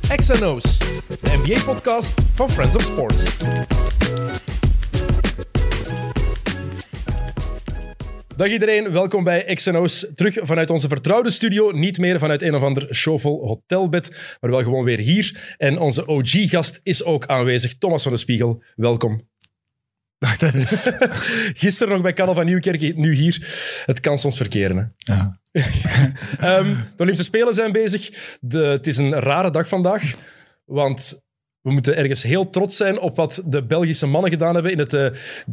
X&O's, de NBA-podcast van Friends of Sports. Dag iedereen, welkom bij X&O's. Terug vanuit onze vertrouwde studio. Niet meer vanuit een of ander showvol hotelbed, maar wel gewoon weer hier. En onze OG-gast is ook aanwezig, Thomas van de Spiegel. Welkom. Dag Dennis. Gisteren nog bij Karel van Nieuwkerk, nu hier. Het kan soms verkeren, hè? Ja. De Olympische Spelen zijn bezig. Het is een rare dag vandaag, want we moeten ergens heel trots zijn op wat de Belgische mannen gedaan hebben in het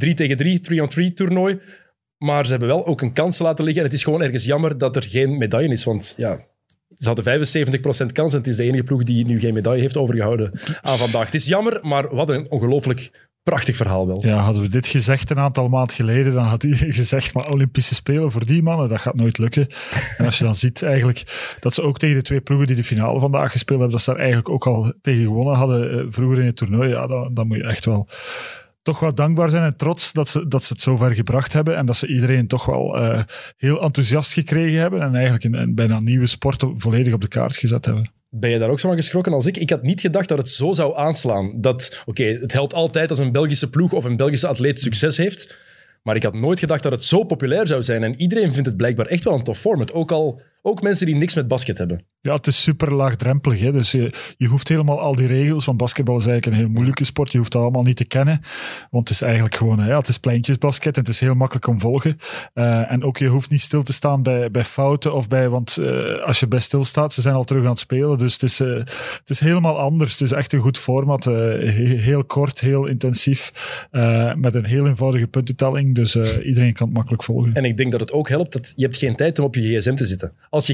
3-tegen-3 toernooi. Maar ze hebben wel ook een kans laten liggen. En het is gewoon ergens jammer dat er geen medaille is, want ja, ze hadden 75% kans en het is de enige ploeg die nu geen medaille heeft overgehouden aan vandaag. Het is jammer, maar wat een ongelooflijk prachtig verhaal wel. Ja, hadden we dit gezegd een aantal maanden geleden, dan had iedereen gezegd, maar Olympische Spelen voor die mannen, dat gaat nooit lukken. En als je dan ziet eigenlijk dat ze ook tegen de twee ploegen die de finale vandaag gespeeld hebben, dat ze daar eigenlijk ook al tegen gewonnen hadden vroeger in het toernooi, ja, dan moet je echt wel toch wel dankbaar zijn en trots dat ze het zo ver gebracht hebben en dat ze iedereen toch wel heel enthousiast gekregen hebben en eigenlijk een bijna nieuwe sport volledig op de kaart gezet hebben. Ben je daar ook zo van geschrokken als ik? Ik had niet gedacht dat het zo zou aanslaan. Oké, het helpt altijd als een Belgische ploeg of een Belgische atleet succes heeft, maar ik had nooit gedacht dat het zo populair zou zijn. En iedereen vindt het blijkbaar echt wel een tof format. Ook mensen die niks met basket hebben. Ja, het is super laagdrempelig. Hè? Dus je hoeft helemaal al die regels, want basketbal is eigenlijk een heel moeilijke sport. Je hoeft dat allemaal niet te kennen. Want het is eigenlijk gewoon, het is pleintjesbasket en het is heel makkelijk om volgen. En ook je hoeft niet stil te staan bij fouten of want als je bij stilstaat, ze zijn al terug aan het spelen. Dus het is helemaal anders. Het is echt een goed format. Heel kort, heel intensief. Met een heel eenvoudige puntentelling. Dus iedereen kan het makkelijk volgen. En ik denk dat het ook helpt dat je hebt geen tijd om op je gsm te zitten. Als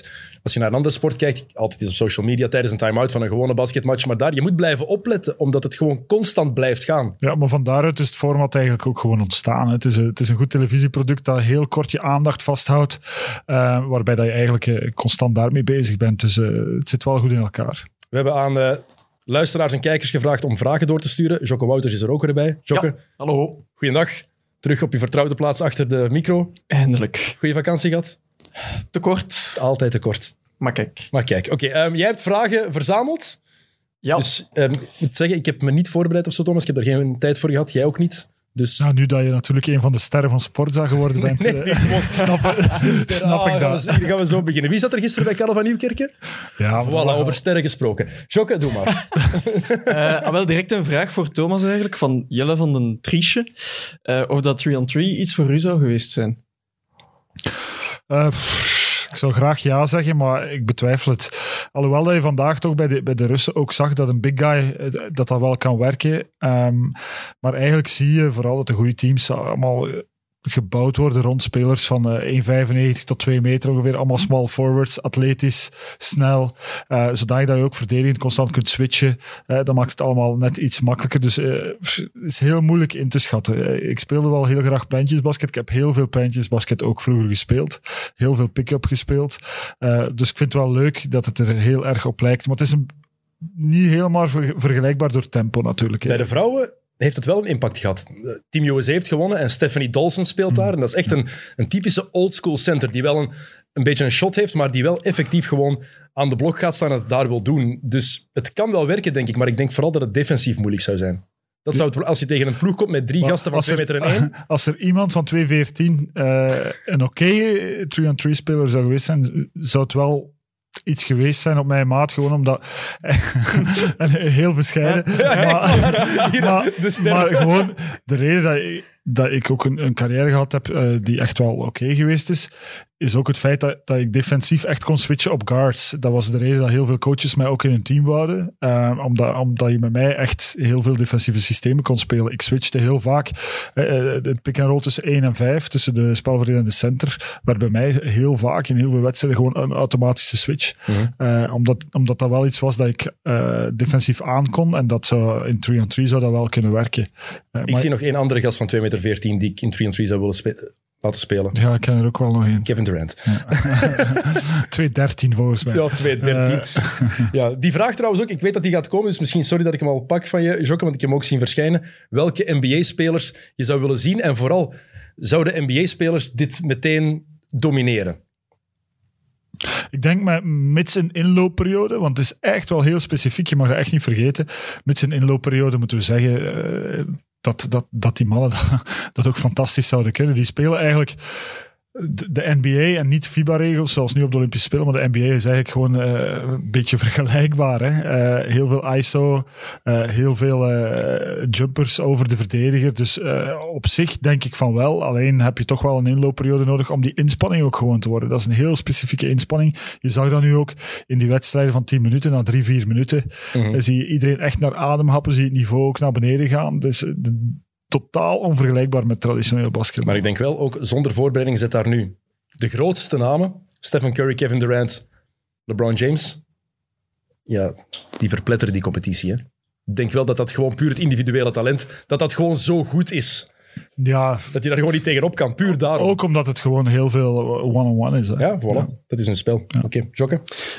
je naar een andere sport kijkt, altijd is op social media tijdens een time-out van een gewone basketmatch, maar daar, je moet blijven opletten, omdat het gewoon constant blijft gaan. Ja, maar van daaruit is het format eigenlijk ook gewoon ontstaan. Het is een goed televisieproduct dat heel kort je aandacht vasthoudt, waarbij dat je eigenlijk constant daarmee bezig bent. Dus het zit wel goed in elkaar. We hebben aan luisteraars en kijkers gevraagd om vragen door te sturen. Jocke Wouters is er ook weer bij. Jocke, ja, hallo. Goeiedag. Terug op je vertrouwde plaats achter de micro. Eindelijk. Goeie vakantie gehad? Te kort. Altijd te kort. Maar kijk. Oké, jij hebt vragen verzameld. Ja. Dus ik moet zeggen, ik heb me niet voorbereid of zo, Thomas. Ik heb er geen tijd voor gehad. Jij ook niet. Dus... Nou, nu dat je natuurlijk een van de sterren van Sportza geworden bent, snap ik dat. Gaan we zo beginnen. Wie zat er gisteren bij Karel van Nieuwkerk? Ja, voilà, over sterren gesproken. Jocke, doe maar. Wel direct een vraag voor Thomas eigenlijk, van Jelle van den Triesje. Of dat 3-on-3 iets voor u zou geweest zijn? Ik zou graag ja zeggen, maar ik betwijfel het. Alhoewel dat je vandaag toch bij de Russen ook zag dat een big guy dat wel kan werken. Maar eigenlijk zie je vooral dat de goede teams allemaal gebouwd worden rond spelers van 1,95 tot 2 meter ongeveer. Allemaal small forwards, atletisch, snel. Zodat je ook verdedigend constant kunt switchen. Dat maakt het allemaal net iets makkelijker. Dus het is heel moeilijk in te schatten. Ik speelde wel heel graag pleintjesbasket. Ik heb heel veel pleintjesbasket ook vroeger gespeeld. Heel veel pick-up gespeeld. Dus ik vind het wel leuk dat het er heel erg op lijkt. Maar het is niet helemaal vergelijkbaar door tempo natuurlijk. Bij de vrouwen heeft het wel een impact gehad. Team USA heeft gewonnen en Stephanie Dolson speelt daar. En dat is echt een typische oldschool center die wel een beetje een shot heeft, maar die wel effectief gewoon aan de blok gaat staan en het daar wil doen. Dus het kan wel werken, denk ik, maar ik denk vooral dat het defensief moeilijk zou zijn. Dat zou het, als je tegen een ploeg komt met 3 gasten van 2 meter en 1. Als er iemand van 2,14 een oké 3-on-3-speler zou geweest zijn, zou het wel iets geweest zijn op mijn maat, gewoon omdat heel bescheiden. Maar gewoon de reden dat ik ook een carrière gehad heb die echt wel oké geweest is ook het feit dat ik defensief echt kon switchen op guards. Dat was de reden dat heel veel coaches mij ook in een team wouden. Omdat je met mij echt heel veel defensieve systemen kon spelen. Ik switchte heel vaak. Het pick-and-roll tussen 1 en 5, tussen de spelverdeler en de center, werd bij mij heel vaak in heel veel wedstrijden gewoon een automatische switch. Omdat dat wel iets was dat ik defensief aankon en dat zou in 3-on-3 zou dat wel kunnen werken. Ik zie nog één andere gast van 2,14 meter die ik in 3-on-3 zou willen laten spelen. Ja, ik ken er ook wel nog een. Kevin Durant. Ja. 2,13 volgens mij. Ja, of 2,13. Ja, die vraag trouwens ook, ik weet dat die gaat komen, dus misschien sorry dat ik hem al pak van je, Jocke, want ik heb hem ook zien verschijnen. Welke NBA-spelers je zou willen zien en vooral, zouden NBA-spelers dit meteen domineren? Ik denk mits een inloopperiode, want het is echt wel heel specifiek, je mag dat echt niet vergeten. Mits een inloopperiode moeten we zeggen dat die mannen dat ook fantastisch zouden kunnen. Die spelen eigenlijk de NBA en niet FIBA-regels, zoals nu op de Olympische Spelen, maar de NBA is eigenlijk gewoon een beetje vergelijkbaar. Hè? Heel veel ISO, heel veel jumpers over de verdediger. Dus op zich denk ik van wel. Alleen heb je toch wel een inloopperiode nodig om die inspanning ook gewoon te worden. Dat is een heel specifieke inspanning. Je zag dat nu ook in die wedstrijden van 10 minuten, na 3-4 minuten. Zie je iedereen echt naar adem happen, zie je het niveau ook naar beneden gaan. Dus totaal onvergelijkbaar met traditioneel basketbal. Maar ik denk wel, ook zonder voorbereiding zit daar nu de grootste namen. Stephen Curry, Kevin Durant, LeBron James. Ja, die verpletteren die competitie. Hè. Ik denk wel dat gewoon puur het individuele talent, dat gewoon zo goed is. Ja. Dat je daar gewoon niet tegenop kan, puur daarom. Ook omdat het gewoon heel veel one-on-one is. Hè. Ja, voilà. Ja. Dat is een spel. Ja. Oké, Jokke?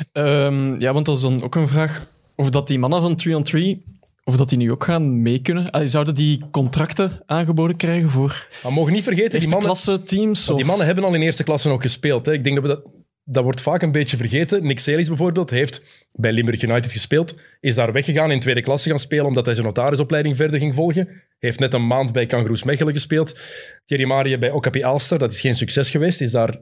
Ja, want dat is dan ook een vraag of dat die mannen van 3-on-3... Of dat die nu ook gaan mee kunnen. Zouden die contracten aangeboden krijgen voor we mogen niet vergeten, eerste klasse teams? Die mannen hebben al in eerste klasse ook gespeeld. Hè. Ik denk dat wordt vaak een beetje vergeten. Nick Celis bijvoorbeeld heeft bij Limburg United gespeeld. Is daar weggegaan in tweede klasse gaan spelen omdat hij zijn notarisopleiding verder ging volgen. Heeft net een maand bij Kangaroos Mechelen gespeeld. Thierry Marie bij Okapi Aalster. Dat is geen succes geweest. Is daar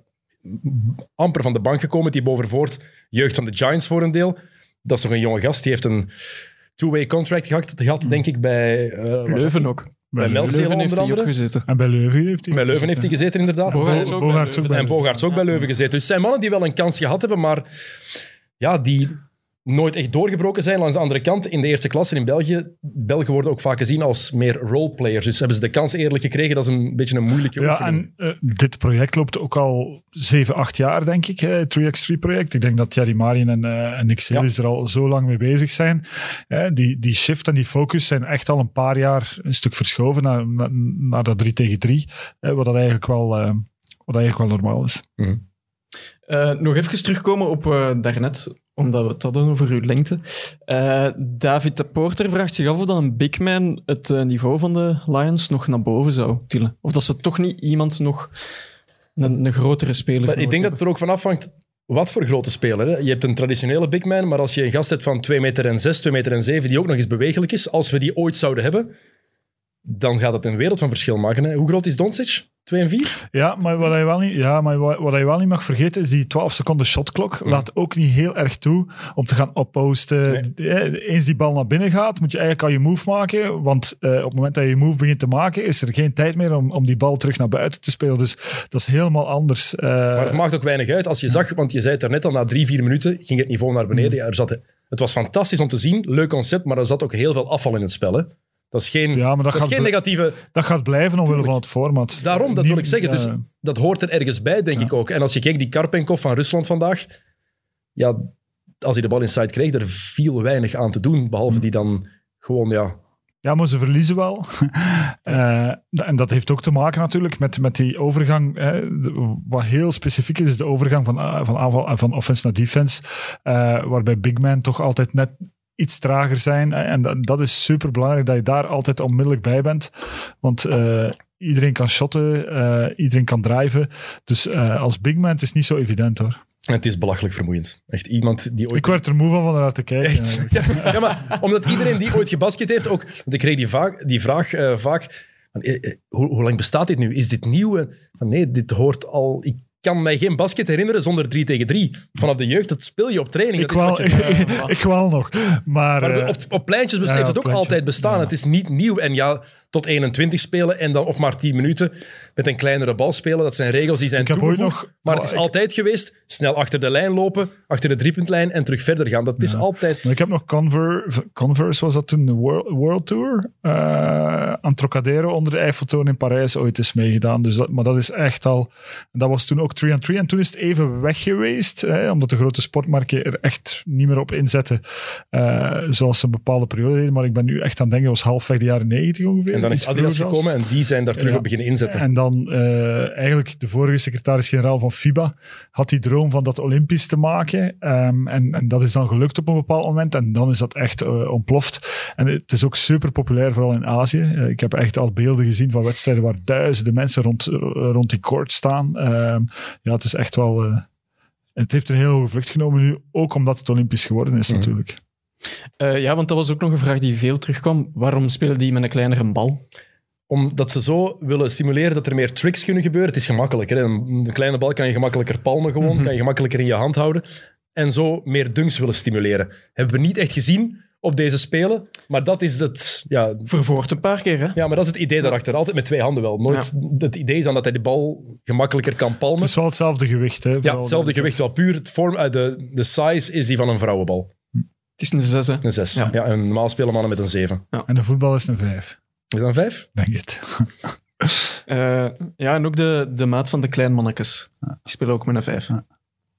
amper van de bank gekomen. Die Bovenvoort, jeugd van de Giants voor een deel. Dat is toch een jonge gast. Die heeft een two-way contract gehad, denk ik, bij Leuven ook. Bij Melcelen onder andere. Gezeten. En bij Leuven heeft hij. Bij Leuven heeft hij gezeten, inderdaad. Bogaerts ook bij Leuven gezeten. Dus het zijn mannen die wel een kans gehad hebben, maar ja, die nooit echt doorgebroken zijn. Langs de andere kant, in de eerste klasse in België, Belgen worden ook vaak gezien als meer roleplayers. Dus hebben ze de kans eerlijk gekregen. Dat is een beetje een moeilijke oefening. En dit project loopt ook al 7-8 jaar, denk ik. Het 3x3-project. Ik denk dat Thierry Marien en Nick Celis er al zo lang mee bezig zijn. Die shift en die focus zijn echt al een paar jaar een stuk verschoven naar dat 3-tegen-3. Wat eigenlijk wel normaal is. Mm-hmm. Nog even terugkomen op daarnet, omdat we het hadden over uw lengte. David de Porter vraagt zich af of dan een big man het niveau van de Lions nog naar boven zou tillen. Of dat ze toch niet iemand nog een grotere speler maar ik denk dat het er ook van afhangt wat voor grote speler. Hè? Je hebt een traditionele big man, maar als je een gast hebt van 2,6 meter, 2,7 meter, die ook nog eens bewegelijk is, als we die ooit zouden hebben, dan gaat het een wereld van verschil maken. Hè? Hoe groot is Doncic? 2 en 4? Ja, maar wat je wel niet mag vergeten is die 12 seconden shotklok. Laat ook niet heel erg toe om te gaan opposten. Nee. Eens die bal naar binnen gaat, moet je eigenlijk al je move maken. Want op het moment dat je move begint te maken, is er geen tijd meer om die bal terug naar buiten te spelen. Dus dat is helemaal anders. Maar het maakt ook weinig uit. Als je zag, want je zei het daarnet al, na 3-4 minuten ging het niveau naar beneden. Ja, het was fantastisch om te zien. Leuk concept, maar er zat ook heel veel afval in het spel. Hè? Dat is geen, geen negatieve... Dat gaat blijven omwille van het format. Daarom, dat wil ik zeggen. Dus dat hoort er ergens bij, denk ik ook. En als je kijkt, die Karpenkov van Rusland vandaag, ja, als hij de bal inside kreeg, er viel weinig aan te doen, behalve die dan gewoon, ja... Ja, maar ze verliezen wel. En dat heeft ook te maken natuurlijk met die overgang. Wat heel specifiek is de overgang van offense naar defense. Waarbij big man toch altijd net iets trager zijn. En dat is super belangrijk dat je daar altijd onmiddellijk bij bent. Want iedereen kan shotten, iedereen kan driven. Dus als big man het is niet zo evident hoor. Het is belachelijk vermoeiend. Echt iemand die ooit... Ik werd er moe van naar te kijken. Echt? Ja, maar omdat iedereen die ooit gebasket heeft ook... Want ik kreeg die vraag vaak... Hoe lang bestaat dit nu? Is dit nieuw? Nee, dit hoort al... Ik kan mij geen basket herinneren zonder 3-tegen-3. Vanaf de jeugd, dat speel je op training. Ik wel nog. Maar op pleintjes heeft het ook altijd bestaan. Ja. Het is niet nieuw. En ja, tot 21 spelen en dan, of maar 10 minuten met een kleinere bal spelen. Dat zijn regels die zijn toegevoegd. Maar het is altijd geweest, snel achter de lijn lopen, achter de driepuntlijn en terug verder gaan. Dat is altijd... Maar ik heb nog Converse, was dat toen de World Tour? Aan Trocadero onder de Eiffeltoren in Parijs ooit eens meegedaan. Dus maar dat is echt al... Dat was toen ook 3-on-3 en toen is het even weg geweest, omdat de grote sportmerken er echt niet meer op inzetten zoals ze een bepaalde periode deden. Maar ik ben nu echt aan het denken, dat was halfweg de jaren 90 ongeveer. En dan is Adidas gekomen en die zijn daar terug op beginnen inzetten. En dan eigenlijk de vorige secretaris-generaal van FIBA had die droom van dat Olympisch te maken. En dat is dan gelukt op een bepaald moment. En dan is dat echt ontploft. En het is ook super populair, vooral in Azië. Ik heb echt al beelden gezien van wedstrijden waar duizenden mensen rond die court staan. Ja, het is echt wel... Het heeft een hele hoge vlucht genomen nu, ook omdat het Olympisch geworden is natuurlijk. Ja, want dat was ook nog een vraag die veel terugkwam. Waarom spelen die met een kleinere bal? Omdat ze zo willen stimuleren dat er meer tricks kunnen gebeuren. Het is gemakkelijker. Hè? Een kleine bal kan je gemakkelijker palmen gewoon, kan je gemakkelijker in je hand houden. En zo meer dunks willen stimuleren. Hebben we niet echt gezien op deze Spelen, maar dat is het... Ja, Vervoort een paar keer, hè? ja, maar dat is het idee daarachter. Altijd met 2 handen wel. Nooit, het idee is dan dat hij de bal gemakkelijker kan palmen. Het is wel hetzelfde gewicht. Hè, Ja, hetzelfde gewicht wel. Puur het vorm, de size is die van een vrouwenbal. Het is een 6, hè? Een 6. Ja. Ja. En normaal spelen mannen met een 7. En de voetbal is een 5, Is dat een 5? denk het. Ja, en ook de maat van de kleinmannetjes. Die spelen ook met een 5. Ja.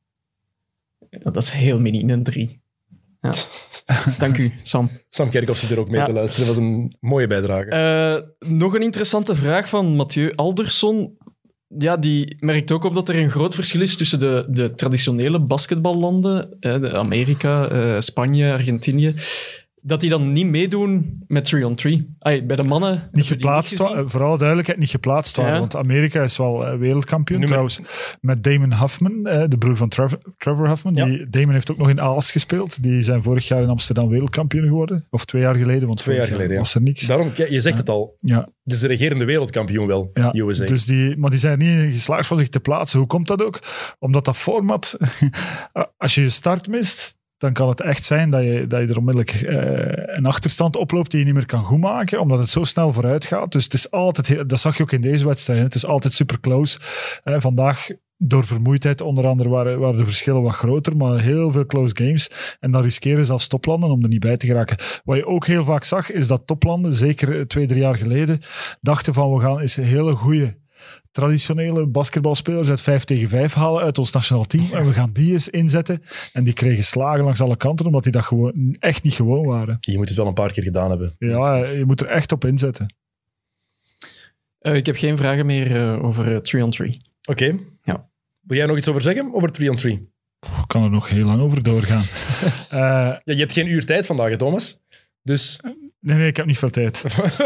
Ja, dat is heel mini, een 3. Ja. Dank u, Sam. Sam Kerkhoff zit er ook mee Ja. te luisteren. Dat was een mooie bijdrage. Nog een interessante vraag van Mathieu Alderson. Ja, die merkt ook op dat er een groot verschil is tussen de traditionele basketballanden, Amerika, Spanje, Argentinië, dat die dan niet meedoen met 3-on-3. Bij de mannen... Niet geplaatst, vooral duidelijkheid, niet geplaatst waren. Ja. Want Amerika is wel wereldkampioen. Nu Trouwens, met Damon Huffman, de broer van Trevor Huffman. Ja. Damon heeft ook nog in Aalst gespeeld. Die zijn vorig jaar in Amsterdam wereldkampioen geworden. Of 2 jaar geleden, want 2 jaar vorig geleden, ja. was er niks. Daarom, je zegt het al. Ja, Het is de regerende wereldkampioen wel, ja. USA. Dus maar die zijn niet geslaagd van zich te plaatsen. Hoe komt dat ook? Omdat dat format, als je je start mist, dan kan het echt zijn dat je er onmiddellijk een achterstand oploopt die je niet meer kan goedmaken, omdat het zo snel vooruit gaat. Dus het is altijd, dat zag je ook in deze wedstrijd, het is altijd super close. Vandaag, door vermoeidheid onder andere, waren de verschillen wat groter, maar heel veel close games. En dan riskeren zelfs toplanden om er niet bij te geraken. Wat je ook heel vaak zag, is dat toplanden, zeker 2-3 jaar geleden, dachten van we gaan eens een hele goede traditionele basketbalspelers uit 5 tegen 5 halen uit ons nationaal team en we gaan die eens inzetten. En die kregen slagen langs alle kanten, omdat die dat gewoon echt niet gewoon waren. Je moet het wel een paar keer gedaan hebben. Ja, je moet er echt op inzetten. Ik heb geen vragen meer over 3-on-3. Oké. Ja. Wil jij nog iets over zeggen, over 3-on-3? Ik kan er nog heel lang over doorgaan. Ja, je hebt geen uur tijd vandaag, hè, Thomas. Dus... Nee, ik heb niet veel tijd.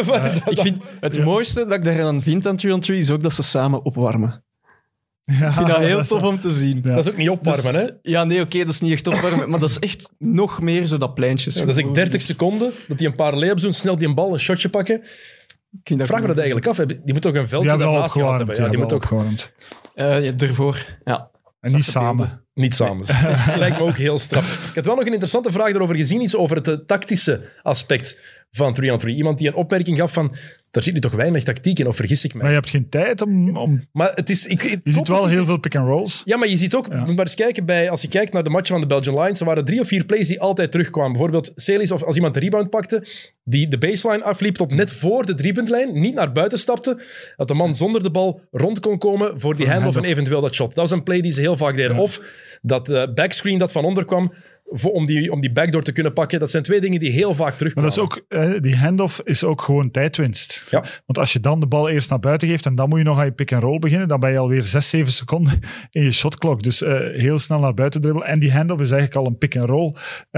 Ik vind het mooiste dat ik daaraan vind aan 3-on-3 is ook dat ze samen opwarmen. Ja, Ik vind dat heel is tof wel- om te zien. Ja. Dat is ook niet opwarmen, hè? Ja, nee, oké, dat is niet echt opwarmen, maar dat is echt nog meer zo dat pleintjes. Ja, dat is echt 30 seconden, dat die een paar layups doen, snel die een bal, een shotje pakken. Vraag me dat eigenlijk af. Die moet toch een Die veldje hebben al daarnaast gehad opgewarmd. hebben. Ja, die moet ook opgewarmd. Ervoor, ja. En niet samen. niet samen. Dat lijkt me ook heel straf. Ik had wel nog een interessante vraag daarover gezien, iets over het tactische aspect van 3-on-3. Iemand die een opmerking gaf van, daar zit nu toch weinig tactiek in, of vergis ik mij? Maar je hebt geen tijd om Maar het is... je ziet wel heel veel pick-and-rolls. Ja, maar je ziet ook, moet maar eens kijken, als je kijkt naar de matchen van de Belgian Lions, er waren 3 of 4 plays die altijd terugkwamen. Bijvoorbeeld Celis, of als iemand de rebound pakte, die de baseline afliep tot net voor de driepuntlijn, niet naar buiten stapte, dat de man zonder de bal rond kon komen voor die handoff en eventueel dat shot. Dat was een play die ze heel vaak deden. Ja. Of dat backscreen dat van onder kwam, om die backdoor te kunnen pakken. Dat zijn 2 dingen die heel vaak Maar terugkwamen. dat is ook, die handoff is ook gewoon tijdwinst. Ja. Want als je dan de bal eerst naar buiten geeft en dan moet je nog aan je pick-and-roll beginnen, dan ben je alweer 6-7 seconden in je shotklok. Dus heel snel naar buiten dribbelen. En die handoff is eigenlijk al een pick-and-roll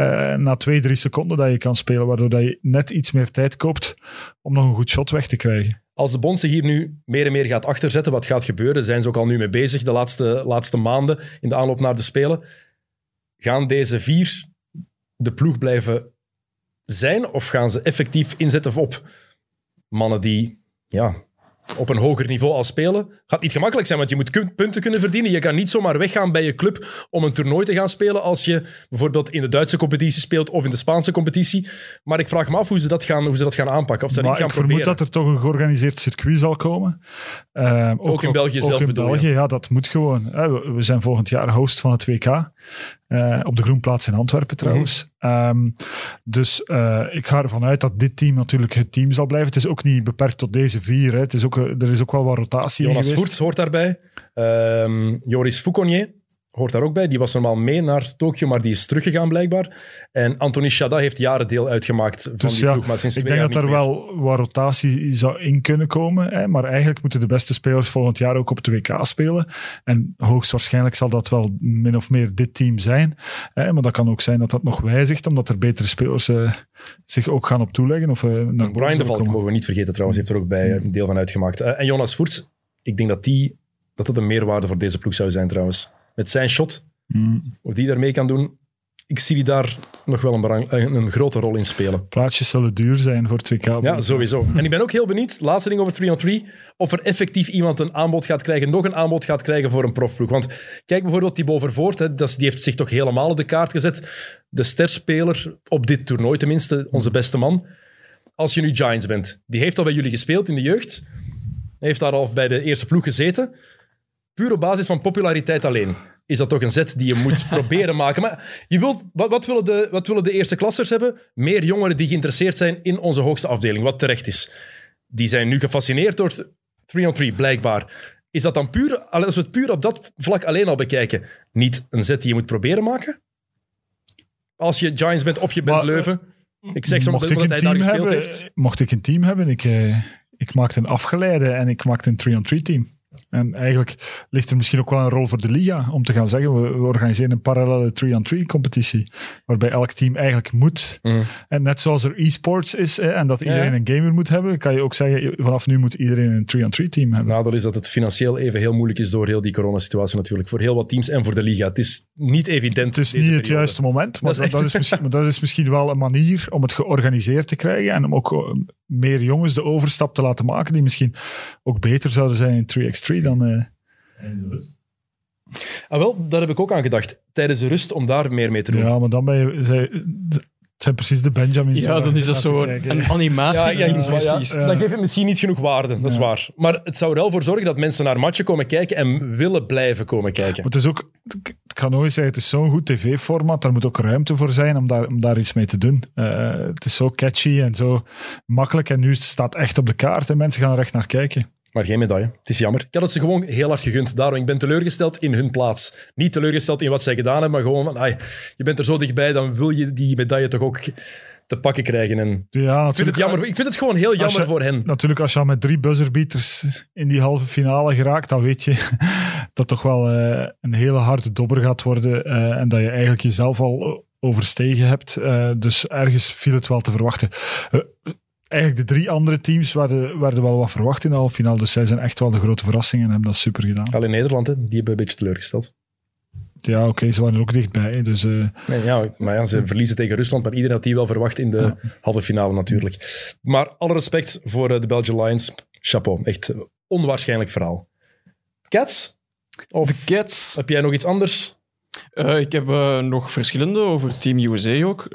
na 2-3 seconden dat je kan spelen, waardoor dat je net iets meer tijd koopt om nog een goed shot weg te krijgen. Als de bond zich hier nu meer en meer gaat achterzetten, wat gaat gebeuren, zijn ze ook al nu mee bezig de laatste maanden in de aanloop naar de Spelen. Gaan deze 4 de ploeg blijven zijn, of gaan ze effectief inzetten op mannen die op een hoger niveau al spelen? Gaat niet gemakkelijk zijn, want je moet punten kunnen verdienen. Je kan niet zomaar weggaan bij je club om een toernooi te gaan spelen als je bijvoorbeeld in de Duitse competitie speelt of in de Spaanse competitie. Maar ik vraag me af hoe ze dat gaan aanpakken. Of ze dat Maar niet gaan ik vermoed proberen. dat er toch een georganiseerd circuit zal komen. Ook in België zelf in bedoel je? België, ja, dat moet gewoon. We zijn volgend jaar host van het WK. Op de Groenplaats in Antwerpen trouwens. Dus ik ga ervan uit dat dit team natuurlijk het team zal blijven. Het is ook niet beperkt tot deze 4. Hè. Er is ook wel wat rotatie in Jonas geweest. Voerts hoort daarbij. Joris Fouconnier hoort daar ook bij. Die was normaal mee naar Tokio, maar die is teruggegaan blijkbaar. En Anthony Chada heeft jaren deel uitgemaakt van Dus die ja, ploeg. Maar sinds ik 2 denk jaar dat er niet meer. wel wat rotatie zou in kunnen komen. Hè, maar eigenlijk moeten de beste spelers volgend jaar ook op het WK spelen. En hoogstwaarschijnlijk zal dat wel min of meer dit team zijn. Hè, maar dat kan ook zijn dat dat nog wijzigt, omdat er betere spelers zich ook gaan op toeleggen. Of, naar Brian de Valk komen. mogen we niet vergeten trouwens, heeft er ook bij een deel van uitgemaakt. En Jonas Voerts, ik denk dat dat een meerwaarde voor deze ploeg zou zijn trouwens. Met zijn shot Of die daarmee kan doen, ik zie die daar nog wel een grote rol in spelen. Plaatjes zullen duur zijn voor het WK. Ja, sowieso. En ik ben ook heel benieuwd, laatste ding over 3-on-3, of er effectief iemand een aanbod gaat krijgen, nog een aanbod gaat krijgen voor een profploeg. Want kijk bijvoorbeeld Thibaut Vervoort, hè, die heeft zich toch helemaal op de kaart gezet. De sterspeler op dit toernooi tenminste, onze beste man. Als je nu Giants bent, die heeft al bij jullie gespeeld in de jeugd, heeft daar al bij de eerste ploeg gezeten. Puur op basis van populariteit alleen is dat toch een zet die je moet proberen maken. Maar je wilt, wat willen de eerste klassers hebben? Meer jongeren die geïnteresseerd zijn in onze hoogste afdeling, wat terecht is. Die zijn nu gefascineerd door 3-on-3, blijkbaar. Is dat dan puur, als we het puur op dat vlak alleen al bekijken, niet een zet die je moet proberen maken? Als je Giants bent of je bent Leuven. Ik zeg zo omdat hij daar gespeeld heeft. Mocht ik een team hebben, ik maakte een afgeleide en ik maakte een 3-on-3 team. En eigenlijk ligt er misschien ook wel een rol voor de liga om te gaan zeggen, we organiseren een parallele 3-on-3 competitie, waarbij elk team eigenlijk moet. En net zoals er e-sports is en dat iedereen een gamer moet hebben, kan je ook zeggen, vanaf nu moet iedereen een 3-on-3 team hebben. Nadeel is dat het financieel even heel moeilijk is door heel die coronasituatie natuurlijk, voor heel wat teams en voor de liga. Het is niet evident. Het is niet het juiste moment, maar dat is misschien wel een manier om het georganiseerd te krijgen en om ook meer jongens de overstap te laten maken, die misschien ook beter zouden zijn in 3x3 dan... En de rust? Wel, daar heb ik ook aan gedacht. Tijdens de rust, om daar meer mee te doen. Ja, maar dan ben je... Het zijn precies de Benjamins. Ja, dan is dat zo een animatie. Precies. Dan geeft het misschien niet genoeg waarde, dat is waar. Maar het zou er wel voor zorgen dat mensen naar matchen komen kijken en willen blijven komen kijken. Maar het is ook... Ik kan nooit zeggen, het is zo'n goed tv-format, daar moet ook ruimte voor zijn om daar iets mee te doen. Het is zo catchy en zo makkelijk en nu staat het echt op de kaart en mensen gaan er echt naar kijken. Maar geen medaille. Het is jammer. Ik had het ze gewoon heel hard gegund. Daarom, ik ben teleurgesteld in hun plaats. Niet teleurgesteld in wat zij gedaan hebben, maar gewoon van, je bent er zo dichtbij, dan wil je die medaille toch ook te pakken krijgen. En ja, ik vind het jammer. Ik vind het gewoon heel jammer voor hen. Natuurlijk, als je al met 3 buzzerbeaters in die halve finale geraakt, dan weet je dat toch wel een hele harde dobber gaat worden en dat je eigenlijk jezelf al overstegen hebt. Dus ergens viel het wel te verwachten. Eigenlijk de 3 andere teams werden wel wat verwacht in de halve finale. Dus zij zijn echt wel de grote verrassing en hebben dat super gedaan. Alleen Nederland, hè, die hebben een beetje teleurgesteld. Ja, oké, ze waren er ook dichtbij. Dus, maar ze verliezen tegen Rusland, maar iedereen had die wel verwacht in de halve finale natuurlijk. Maar alle respect voor de Belgian Lions. Chapeau, echt onwaarschijnlijk verhaal. Cats? Of de Cats. Heb jij nog iets anders? Ik heb nog verschillende over Team USA ook.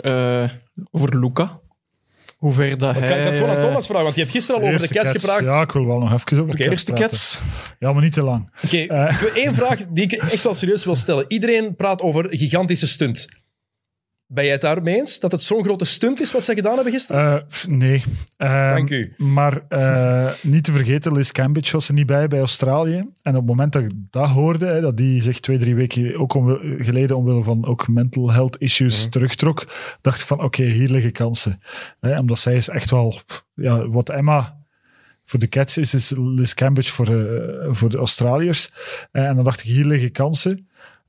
Over Luka. Hoe ver dat hij... Ik ga het gewoon aan Thomas vragen, want je hebt gisteren al over de Cats gepraat. Ja, ik wil wel nog even over de Cats praten. Cats. Ja, maar niet te lang. Oké, ik heb 1 vraag die ik echt wel serieus wil stellen. Iedereen praat over gigantische stunt. Ben jij het daarmee eens? Dat het zo'n grote stunt is wat zij gedaan hebben gisteren? Nee. Dank u. Maar niet te vergeten, Liz Cambage was er niet bij Australië. En op het moment dat ik dat hoorde, dat die zich 2-3 weken ook geleden omwille van ook mental health issues terugtrok, dacht ik van oké, hier liggen kansen. Omdat zij is echt wel... Ja, wat Emma voor de Cats is Liz Cambage voor de Australiërs. En dan dacht ik, hier liggen kansen.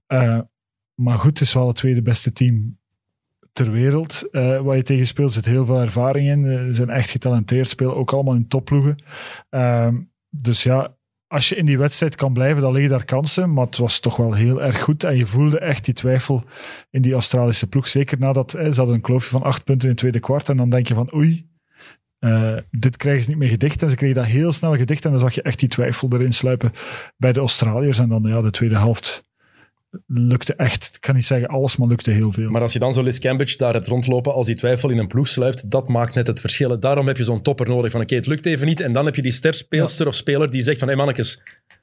Maar goed, het is wel het tweede beste team ter wereld. Waar je tegen speelt, zit heel veel ervaring in. Ze zijn echt getalenteerd, spelen ook allemaal in topploegen. Dus ja, als je in die wedstrijd kan blijven, dan liggen daar kansen. Maar het was toch wel heel erg goed. En je voelde echt die twijfel in die Australische ploeg. Zeker nadat ze hadden een kloofje van 8 punten in het tweede kwart. En dan denk je van oei, dit krijgen ze niet meer gedicht. En ze kregen dat heel snel gedicht. En dan zag je echt die twijfel erin sluipen bij de Australiërs. En dan de tweede helft lukte echt, ik kan niet zeggen alles, maar lukte heel veel. Maar als je dan zo Liz Cambage daar hebt rondlopen, als die twijfel in een ploeg sluipt, dat maakt net het verschil. Daarom heb je zo'n topper nodig van oké, het lukt even niet. En dan heb je die sterspeelster of speler die zegt van hé mannetjes,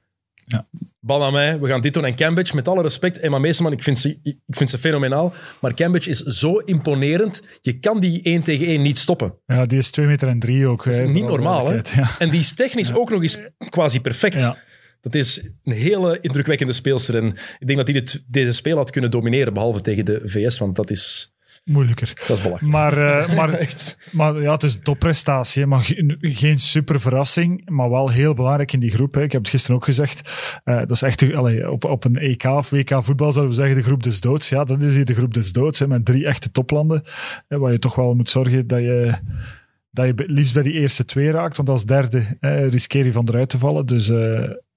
bal aan mij, we gaan dit doen. En Cambage, met alle respect, Emma Meeseman, ik vind ze fenomenaal, maar Cambage is zo imponerend, je kan die 1 tegen 1 niet stoppen. Ja, die is 2,3 meter ook. Dat is niet normaal, hè? Ja. En die is technisch ook nog eens quasi perfect. Ja. Dat is een hele indrukwekkende speelster. En ik denk dat hij deze speel had kunnen domineren, behalve tegen de VS, want dat is... moeilijker. Dat is belachelijk. Maar ja, het is een topprestatie. Maar geen super verrassing, maar wel heel belangrijk in die groep. Hè. Ik heb het gisteren ook gezegd. Dat is echt op een EK of WK voetbal zouden we zeggen de groep des doods. Ja, dat is hier de groep des doods. Hè, met 3 echte toplanden. Waar je toch wel moet zorgen dat je liefst bij die eerste 2 raakt. Want als derde riskeer je van eruit te vallen. Dus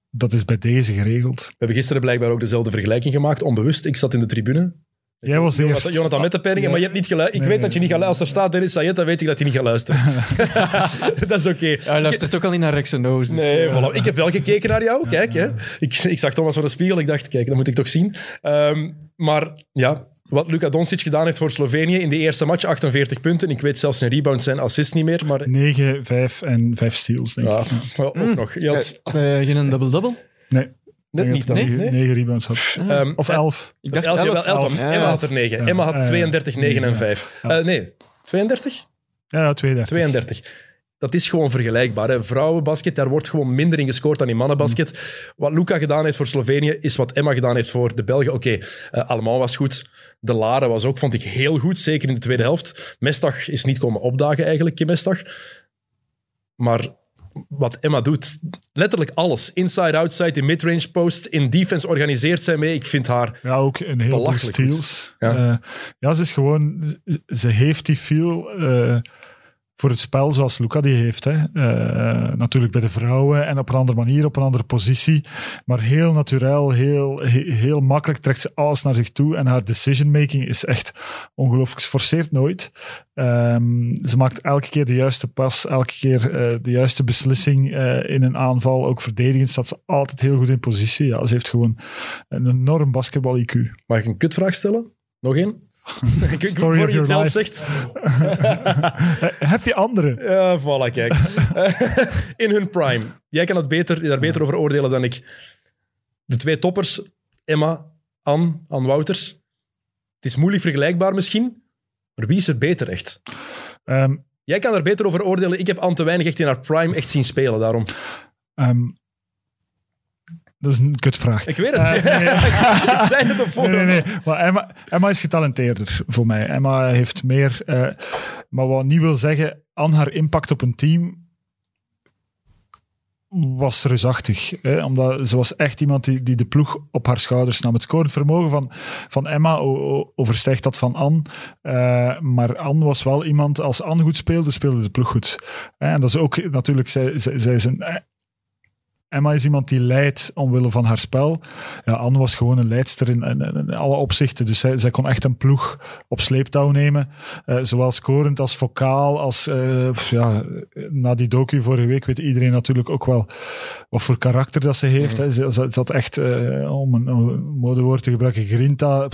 dat is bij deze geregeld. We hebben gisteren blijkbaar ook dezelfde vergelijking gemaakt, onbewust. Ik zat in de tribune. Jij was eerst. Jonathan met de penningen, maar je hebt niet geluisterd. Ik weet dat je niet gaat luisteren. Als er staat Dennis Sayed, dan weet ik dat hij niet gaat luisteren. Dat is oké. Hij luistert ook al niet naar Rex en O's. Dus, Nee, voilà. Ik heb wel gekeken naar jou. Kijk, hè. Ik zag Thomas voor de spiegel. Ik dacht, kijk, dat moet ik toch zien. Maar ja, wat Luka Doncic gedaan heeft voor Slovenië in de eerste match, 48 punten. Ik weet zelfs zijn rebound, zijn assist niet meer. Maar 9, 5 en 5 steals, denk ik. ja, maar ook nog. Je had Had hij geen double-double? Nee. net niet dan. Nee? 9 rebounds had. Of 11. Ik dacht 11. 11. 11. Ja. Emma had er 9. Ja. Emma had 32, 9 en Ja. 5. Ja. Nee, 32? Ja, 32. 32. Dat is gewoon vergelijkbaar. Hè. Vrouwenbasket, daar wordt gewoon minder in gescoord dan in mannenbasket. Wat Luka gedaan heeft voor Slovenië, is wat Emma gedaan heeft voor de Belgen. Oké, allemaal was goed. De Lare was ook, vond ik, heel goed. Zeker in de tweede helft. Mestag is niet komen opdagen eigenlijk, Kim Mestag. Maar wat Emma doet, letterlijk alles. Inside, outside, in midrange post, in defense organiseert zij mee. Ik vind haar... Ja, ook een heleboel Belachelijk steals. goed. Ja. Ze is gewoon... Ze heeft die feel voor het spel zoals Luka die heeft. Hè. Natuurlijk bij de vrouwen en op een andere manier, op een andere positie. Maar heel naturel, heel makkelijk trekt ze alles naar zich toe. En haar decision making is echt ongelooflijk. Ze forceert nooit. Ze maakt elke keer de juiste pas, elke keer de juiste beslissing in een aanval. Ook verdedigend staat ze altijd heel goed in positie. Ja, ze heeft gewoon een enorm basketbal-IQ. Mag ik een kutvraag stellen? Nog één? Story Voor of je het your zelf life. zegt. Heb je andere? Ja, voilà, kijk. In hun prime. Jij kan het daar beter over oordelen dan ik. De twee toppers, Emma, Anne Wouters. Het is moeilijk vergelijkbaar misschien, maar wie is er beter echt? Jij kan er beter over oordelen. Ik heb Anne te weinig echt in haar prime echt zien spelen, daarom. Dat is een kutvraag. Ik weet het. Nee. Ik zei het op voorhand. Nee. Maar Emma is getalenteerder voor mij. Emma heeft meer... maar wat niet wil zeggen, aan haar impact op een team was reusachtig. Hè? Omdat ze was echt iemand die de ploeg op haar schouders nam. Het scorend vermogen van Emma overstijgt dat van Anne. Maar Anne was wel iemand, als Anne goed speelde de ploeg goed. En dat is ook natuurlijk... Zij is een... Emma is iemand die leidt omwille van haar spel. Ja, Anne was gewoon een leidster in alle opzichten. Dus zij kon echt een ploeg op sleeptouw nemen. Zowel scorend als vocaal. Als, na die docu vorige week weet iedereen natuurlijk ook wel wat voor karakter dat ze heeft. Hè. Ze had echt, om een modewoord te gebruiken, grinta.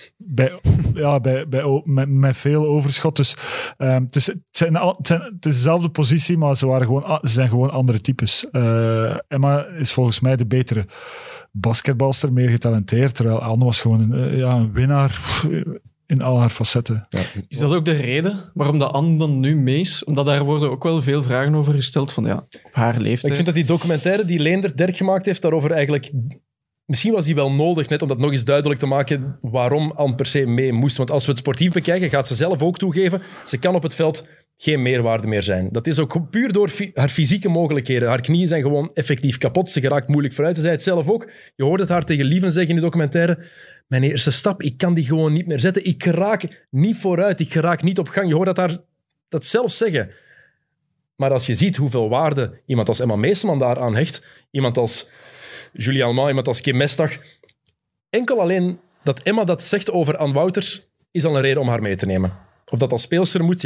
Met veel overschot. Dus het is dezelfde positie, maar ze zijn gewoon andere types. Emma is volgens mij de betere basketbalster, meer getalenteerd, terwijl Anne was gewoon een winnaar in al haar facetten. Ja. Is dat ook de reden waarom de Anne dan nu mee is? Omdat daar worden ook wel veel vragen over gesteld van op haar leeftijd. Ik vind dat die documentaire die Leender Derk gemaakt heeft, daarover eigenlijk... Misschien was die wel nodig, net om dat nog eens duidelijk te maken waarom Anne per se mee moest. Want als we het sportief bekijken, gaat ze zelf ook toegeven, ze kan op het veld geen meerwaarde meer zijn. Dat is ook puur door haar fysieke mogelijkheden. Haar knieën zijn gewoon effectief kapot. Ze geraakt moeilijk vooruit. Ze zei het zelf ook. Je hoort het haar tegen Lieven zeggen in de documentaire. Mijn eerste stap, ik kan die gewoon niet meer zetten. Ik raak niet vooruit. Ik raak niet op gang. Je hoort dat haar dat zelf zeggen. Maar als je ziet hoeveel waarde iemand als Emma Meesman daar aan hecht, iemand als Julie Allemand, iemand als Kim Mestag, enkel alleen dat Emma dat zegt over Anne Wouters, is al een reden om haar mee te nemen. Of dat als speelster moet,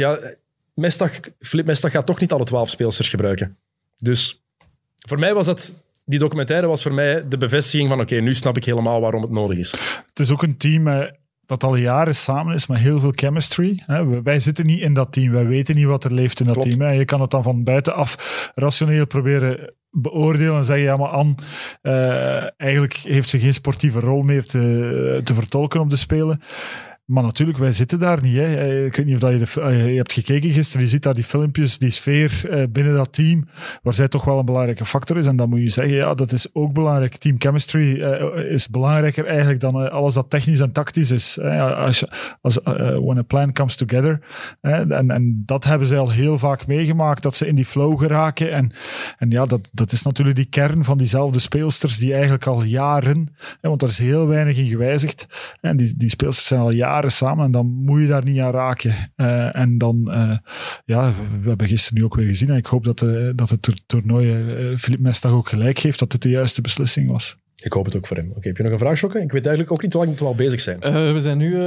Flip Mestag gaat toch niet alle 12 speelsters gebruiken. Dus voor mij was die documentaire was voor mij de bevestiging van oké, nu snap ik helemaal waarom het nodig is. Het is ook een team dat al jaren samen is met heel veel chemistry. Wij zitten niet in dat team. Wij weten niet wat er leeft in dat Klopt. team. Je kan het dan van buitenaf rationeel proberen beoordelen en zeggen, ja, maar Anne, eigenlijk heeft ze geen sportieve rol meer te vertolken op de Spelen. Maar natuurlijk, wij zitten daar niet. Hè. Ik weet niet of dat je hebt gekeken gisteren, je ziet daar die filmpjes, die sfeer binnen dat team, waar zij toch wel een belangrijke factor is. En dan moet je zeggen, ja, dat is ook belangrijk. Team chemistry is belangrijker eigenlijk dan alles dat technisch en tactisch is. When a plan comes together. En dat hebben zij al heel vaak meegemaakt, dat ze in die flow geraken. En ja, dat is natuurlijk die kern van diezelfde speelsters die eigenlijk al jaren, want er is heel weinig in gewijzigd. En die speelsters zijn al jaren jaren samen en dan moet je daar niet aan raken. En dan, we hebben gisteren nu ook weer gezien en ik hoop dat het toernooi Filip Mestag ook gelijk geeft dat het de juiste beslissing was. Ik hoop het ook voor hem. Oké, heb je nog een vraag, Jokke? Ik weet eigenlijk ook niet hoe lang we al bezig zijn. We zijn nu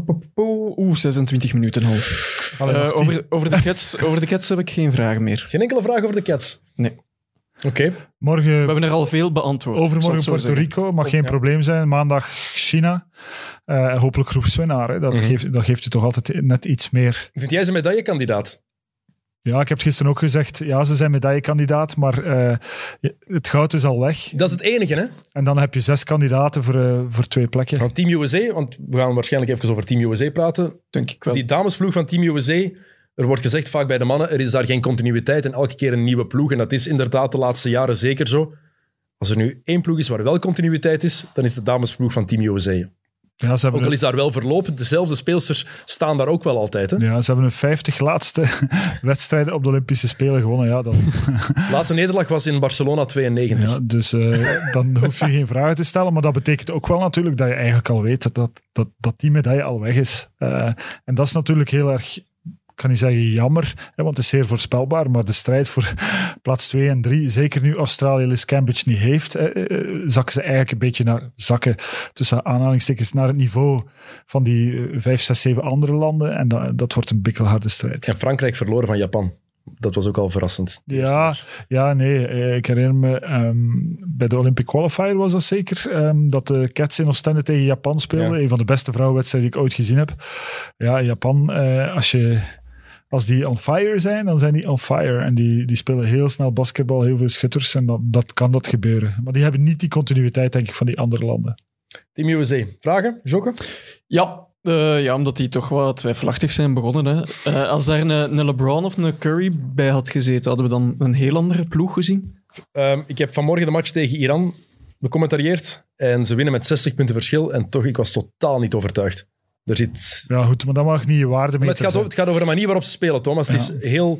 26 minuten al. Over de Cats heb ik geen vragen meer. Geen enkele vraag over de Cats? Nee. Oké. We hebben er al veel beantwoord. Overmorgen Puerto Rico, mag geen probleem zijn. Maandag China. Hopelijk groepswinnaar. Hè. Dat geeft u toch altijd net iets meer. Vind jij ze medaillekandidaat? Ja, ik heb het gisteren ook gezegd. Ja, ze zijn medaillekandidaat, maar het goud is al weg. Dat is het enige, hè? En dan heb je 6 kandidaten voor 2 plekken. Van Team USA, want we gaan waarschijnlijk even over Team USA praten. Denk ik wel. Die damesploeg van Team USA, er wordt gezegd vaak bij de mannen, er is daar geen continuïteit en elke keer een nieuwe ploeg. En dat is inderdaad de laatste jaren zeker zo. Als er nu 1 ploeg is waar wel continuïteit is, dan is de damesploeg van Team USA. Ja, ook al is daar wel verloop, dezelfde speelsters staan daar ook wel altijd. Hè? Ja, ze hebben hun 50 laatste wedstrijden op de Olympische Spelen gewonnen. Ja, dan... Laatste nederlaag was in Barcelona 92. Ja, dus dan hoef je geen vragen te stellen. Maar dat betekent ook wel natuurlijk dat je eigenlijk al weet dat die medaille al weg is. En dat is natuurlijk heel erg... Ik kan niet zeggen jammer, want het is zeer voorspelbaar, maar de strijd voor plaats 2 en 3, zeker nu Australië Liz Cambridge niet heeft, zakken ze eigenlijk een beetje tussen aanhalingstekens naar het niveau van die 5, 6, 7 andere landen. En dat wordt een bikkelharde strijd. En Frankrijk verloren van Japan. Dat was ook al verrassend. Ik herinner me, bij de Olympic Qualifier was dat zeker, dat de Cats in Oostende tegen Japan speelden. Ja. Een van de beste vrouwenwedstrijden die ik ooit gezien heb. Ja, Japan, als die on fire zijn, dan zijn die on fire. En die spelen heel snel basketbal, heel veel schutters. En dat kan gebeuren. Maar die hebben niet die continuïteit, denk ik, van die andere landen. Team USA. Vragen? Jokke? Ja, omdat die toch wat twijfelachtig zijn begonnen. Hè. Als daar een LeBron of een Curry bij had gezeten, hadden we dan een heel andere ploeg gezien? Ik heb vanmorgen de match tegen Iran becommentarieerd. En ze winnen met 60 punten verschil. En toch, ik was totaal niet overtuigd. Er zit... Ja, goed, maar dat mag niet je waarde mee zijn. Het gaat over de manier waarop ze spelen, Thomas. Het is heel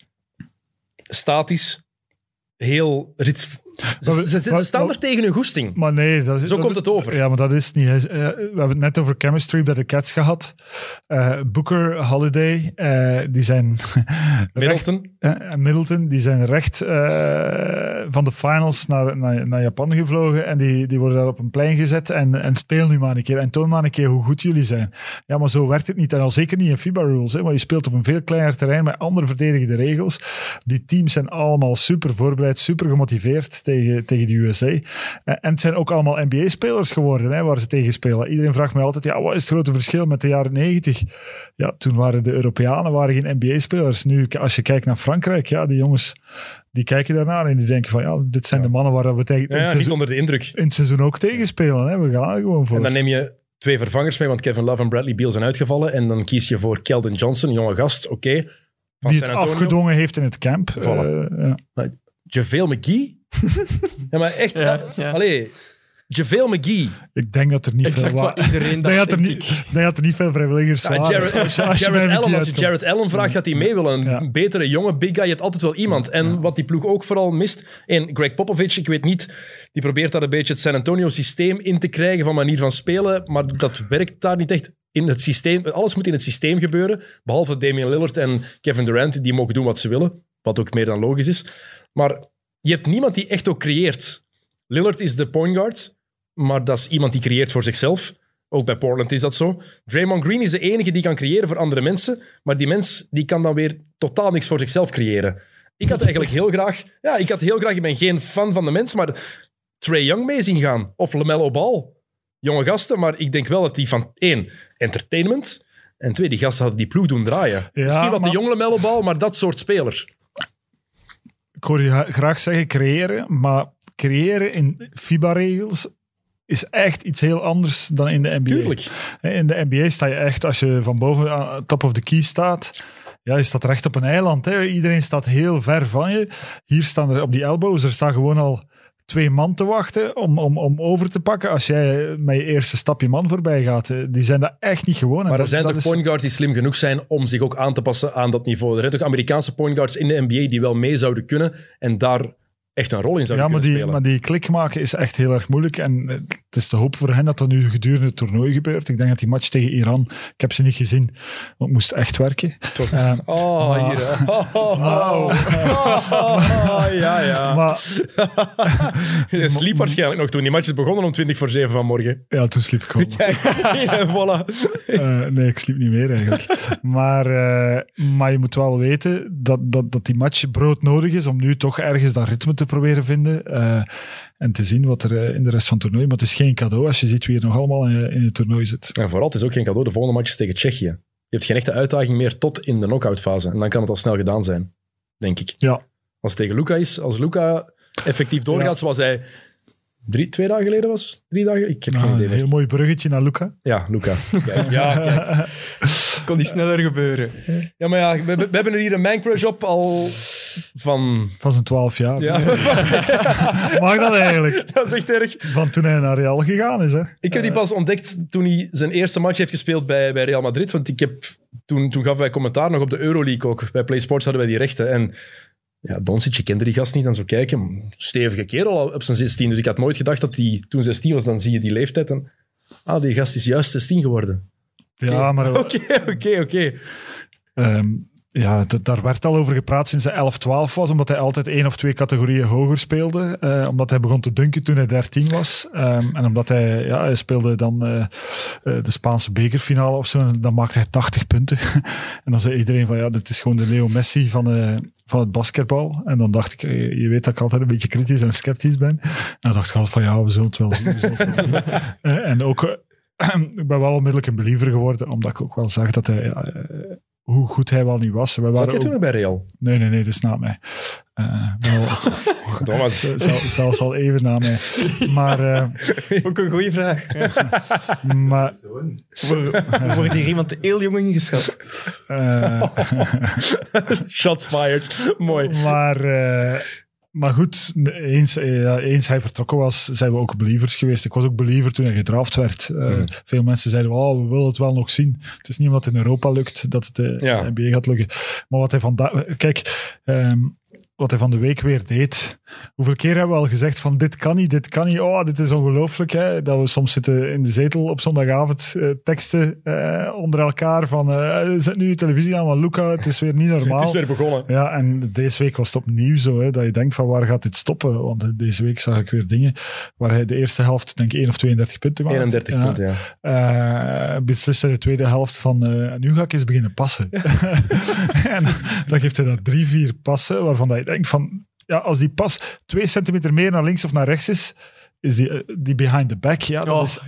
statisch. Heel... Ze staan er tegen hun goesting. Maar nee, komt het over. Ja, maar dat is niet... we hebben het net over chemistry bij de Cats gehad. Booker, Holiday, die zijn... Middleton, die zijn recht van de finals naar Japan gevlogen. En die worden daar op een plein gezet. En speel nu maar een keer. En toon maar een keer hoe goed jullie zijn. Ja, maar zo werkt het niet. En al zeker niet in FIBA-rules. Maar je speelt op een veel kleiner terrein met andere verdedigende regels. Die teams zijn allemaal super voorbereid, super gemotiveerd tegen de USA. En het zijn ook allemaal NBA-spelers geworden, waar ze tegen spelen. Iedereen vraagt mij altijd, wat is het grote verschil met de jaren 90? Ja, toen waren de Europeanen geen NBA-spelers. Nu, als je kijkt naar Frankrijk, die jongens, die kijken daarnaar en die denken van, dit zijn de mannen waar we tegen niet onder de indruk. In het seizoen ook tegen spelen. Hè. We gaan er gewoon voor. En dan neem je 2 vervangers mee, want Kevin Love en Bradley Beal zijn uitgevallen. En dan kies je voor Keldon Johnson, een jonge gast, die het afgedwongen heeft in het camp. JaVale McGee? Ja, maar echt... Allee, JaVale McGee. Ik denk dat er niet exact veel... wat iedereen dacht, dat had er niet veel vrijwilligers waren. Als je Jared Allen vraagt, gaat hij mee willen. Een betere jonge big guy, je hebt altijd wel iemand. En wat die ploeg ook vooral mist... En Greg Popovich, ik weet niet... Die probeert daar een beetje het San Antonio-systeem in te krijgen van manier van spelen, maar dat werkt daar niet echt. In het systeem, alles moet in het systeem gebeuren, behalve Damian Lillard en Kevin Durant, die mogen doen wat ze willen, wat ook meer dan logisch is. Maar je hebt niemand die echt ook creëert. Lillard is de point guard, maar dat is iemand die creëert voor zichzelf. Ook bij Portland is dat zo. Draymond Green is de enige die kan creëren voor andere mensen, maar die mens die kan dan weer totaal niks voor zichzelf creëren. Ik had eigenlijk heel graag... Ja, ik ben geen fan van de mens, maar Trae Young mee zien gaan. Of LaMelo Ball. Jonge gasten, maar ik denk wel dat die van 1, entertainment, en 2, die gasten hadden die ploeg doen draaien. Ja, misschien wat de jonge LaMelo Ball, maar dat soort speler. Ik hoor je graag zeggen creëren, maar creëren in FIBA-regels is echt iets heel anders dan in de NBA. Tuurlijk. In de NBA sta je echt, als je van boven aan top of the key staat, je staat recht op een eiland. Hè. Iedereen staat heel ver van je. Hier staan er op die elbows, er staan gewoon al 2 man te wachten om over te pakken. Als jij met je eerste stapje man voorbij gaat, die zijn dat echt niet gewoon. Maar er zijn toch point guards die slim genoeg zijn om zich ook aan te passen aan dat niveau. Er zijn toch Amerikaanse point guards in de NBA die wel mee zouden kunnen en daar echt een rol in zouden kunnen spelen. Maar die klik maken is echt heel erg moeilijk. En het is te hopen voor hen dat dat nu gedurende het toernooi gebeurt. Ik denk dat die match tegen Iran, ik heb ze niet gezien, want het moest echt werken. Ja. Maar, Je sliep waarschijnlijk nog toen die match is begonnen om 7:20 vanmorgen. ja, toen sliep ik op. Kijk, voilà. Nee, ik sliep niet meer eigenlijk. Maar je moet wel weten dat die match broodnodig is om nu toch ergens dat ritme te proberen vinden. En te zien wat er in de rest van het toernooi. Maar het is geen cadeau als je ziet wie er nog allemaal in het toernooi zit. En vooral, het is ook geen cadeau. De volgende match is tegen Tsjechië. Je hebt geen echte uitdaging meer tot in de knock-outfase. En dan kan het al snel gedaan zijn, denk ik. Ja. Als het tegen Luka is, als Luka effectief doorgaat zoals hij 2 dagen geleden was? 3 dagen? Ik heb geen idee Een meer. heel mooi bruggetje naar Luka. Ja, Luka. Kijk. Kon die sneller gebeuren. Ja, maar ja, we hebben er hier een man-crush op al van... Van zijn 12 jaar. Ja, Mag dat eigenlijk? dat is echt erg. Van toen hij naar Real gegaan is, hè? Ik heb die pas ontdekt toen hij zijn eerste match heeft gespeeld bij Real Madrid. Want toen gaf wij commentaar nog op de Euroleague ook. Bij Play Sports hadden wij die rechten. En ja, Doncic, je kende die gast niet. Dan zo kijken, stevige kerel al op zijn 16. Dus ik had nooit gedacht dat hij toen 16 was. Dan zie je die leeftijd en... die gast is juist 16 geworden. Ja, maar... Oké. Ja, daar werd al over gepraat sinds hij 11-12 was, omdat hij altijd 1 of 2 categorieën hoger speelde. Omdat hij begon te dunken toen hij 13 was. En omdat hij speelde dan de Spaanse bekerfinale of zo. En dan maakte hij 80 punten. En dan zei iedereen van, dit is gewoon de Leo Messi van het basketbal. En dan dacht ik, je weet dat ik altijd een beetje kritisch en sceptisch ben. En dan dacht ik altijd van, we zullen het wel zien. En ook, ik ben wel onmiddellijk een believer geworden, omdat ik ook wel zag dat hij... hoe goed hij wel niet was. Zat je toen nog bij Real? Nee, dat is na mij. Zelfs al even na mij. Maar... Ook een goede vraag. Ja. Maar... Wordt hier iemand heel jong ingeschat? Shots fired. Mooi. Maar goed, eens hij vertrokken was, zijn we ook believers geweest. Ik was ook believer toen hij gedraft werd. Veel mensen zeiden, we willen het wel nog zien. Het is niet omdat het in Europa lukt, dat het in de NBA gaat lukken. Maar wat hij vandaag... Kijk, wat hij van de week weer deed. Hoeveel keer hebben we al gezegd van dit kan niet. Dit is ongelooflijk. Hè? Dat we soms zitten in de zetel op zondagavond, teksten onder elkaar van zet nu je televisie aan, want Luka, het is weer niet normaal. Het is weer begonnen. Ja, en deze week was het opnieuw zo, hè, dat je denkt van waar gaat dit stoppen? Want deze week zag ik weer dingen waar hij de eerste helft, denk ik, 1 of 32 punten maakte. 31 punten, ja. Beslist hij de tweede helft van nu ga ik eens beginnen passen. En dan geeft hij daar 3-4 passen, waarvan dat je denkt van, als die pas 2 centimeter meer naar links of naar rechts is die behind the back. Ja,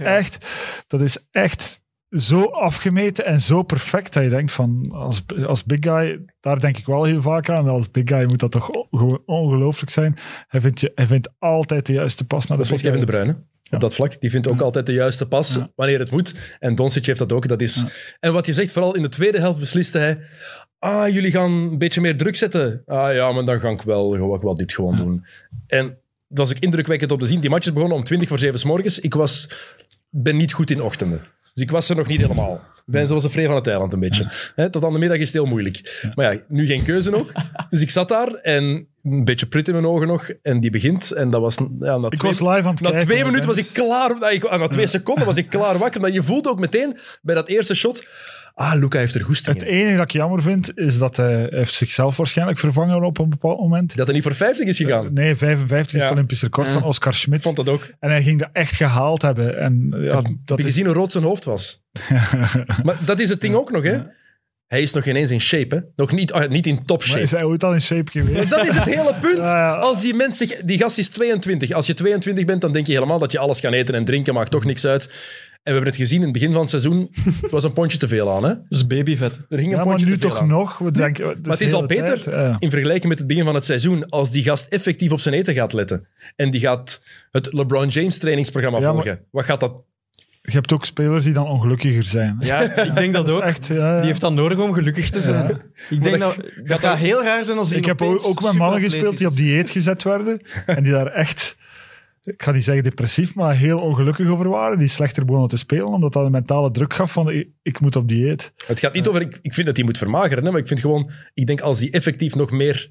dat is echt zo afgemeten en zo perfect dat je denkt van, als big guy, daar denk ik wel heel vaak aan. En als big guy moet dat toch ongelooflijk zijn. Hij vindt altijd de juiste pas naar de big guy. Dat was Kevin De Bruyne. Op dat vlak. Die vindt ook altijd de juiste pas wanneer het moet. En Doncic heeft dat ook. Dat is... En wat je zegt, vooral in de tweede helft besliste hij... jullie gaan een beetje meer druk zetten. Maar dan ga ik wel dit gewoon doen. En dat was ook indrukwekkend om te zien. Die match is begonnen om 7:20 's morgens. Ik ben niet goed in ochtenden. Dus ik was er nog niet helemaal. Ik ben zoals de Vree van het eiland een beetje. Tot aan de middag is het heel moeilijk. Maar nu geen keuze nog. Dus ik zat daar en een beetje prut in mijn ogen nog. En die begint. En dat was... Ik was live aan het kijken. Na 2 minuten was ik klaar. Na 2 seconden was ik klaar wakker. Maar je voelt ook meteen bij dat eerste shot... Luka heeft er goesting in. Het enige dat ik jammer vind, is dat hij heeft zichzelf waarschijnlijk vervangen op een bepaald moment. Dat hij niet voor 50 is gegaan. Nee, 55 is het Olympisch record van Oscar Schmidt. Vond dat ook. En hij ging dat echt gehaald hebben. En heb je gezien hoe rood zijn hoofd was? Maar dat is het ding ook nog, hè? Hij is nog geen eens in shape, hè? Nog niet in top shape. Maar is hij ooit al in shape geweest? Maar dat is het hele punt. Als die mens die gast is 22. Als je 22 bent, dan denk je helemaal dat je alles kan eten en drinken, maakt toch niks uit. En we hebben het gezien in het begin van het seizoen. Het was een pondje te veel aan, hè? Dat is babyvet. Er ging een pondje maar nu te veel toch aan. nog. Maar het is al beter in vergelijking met het begin van het seizoen als die gast effectief op zijn eten gaat letten. En die gaat het LeBron James trainingsprogramma volgen. Wat gaat dat... Je hebt ook spelers die dan ongelukkiger zijn. Ja, ik denk dat ook. Echt, Die heeft dat nodig om gelukkig te zijn. Ja. Ik denk dat gaat heel raar zijn als ik heb ook met mannen gespeeld die op dieet gezet werden. En die daar echt... Ik ga niet zeggen depressief, maar heel ongelukkig over waren. Die slechter begonnen te spelen, omdat dat een mentale druk gaf van ik moet op dieet. Het gaat niet over... Ik vind dat hij moet vermageren, hè, maar ik vind gewoon... Ik denk als hij effectief nog meer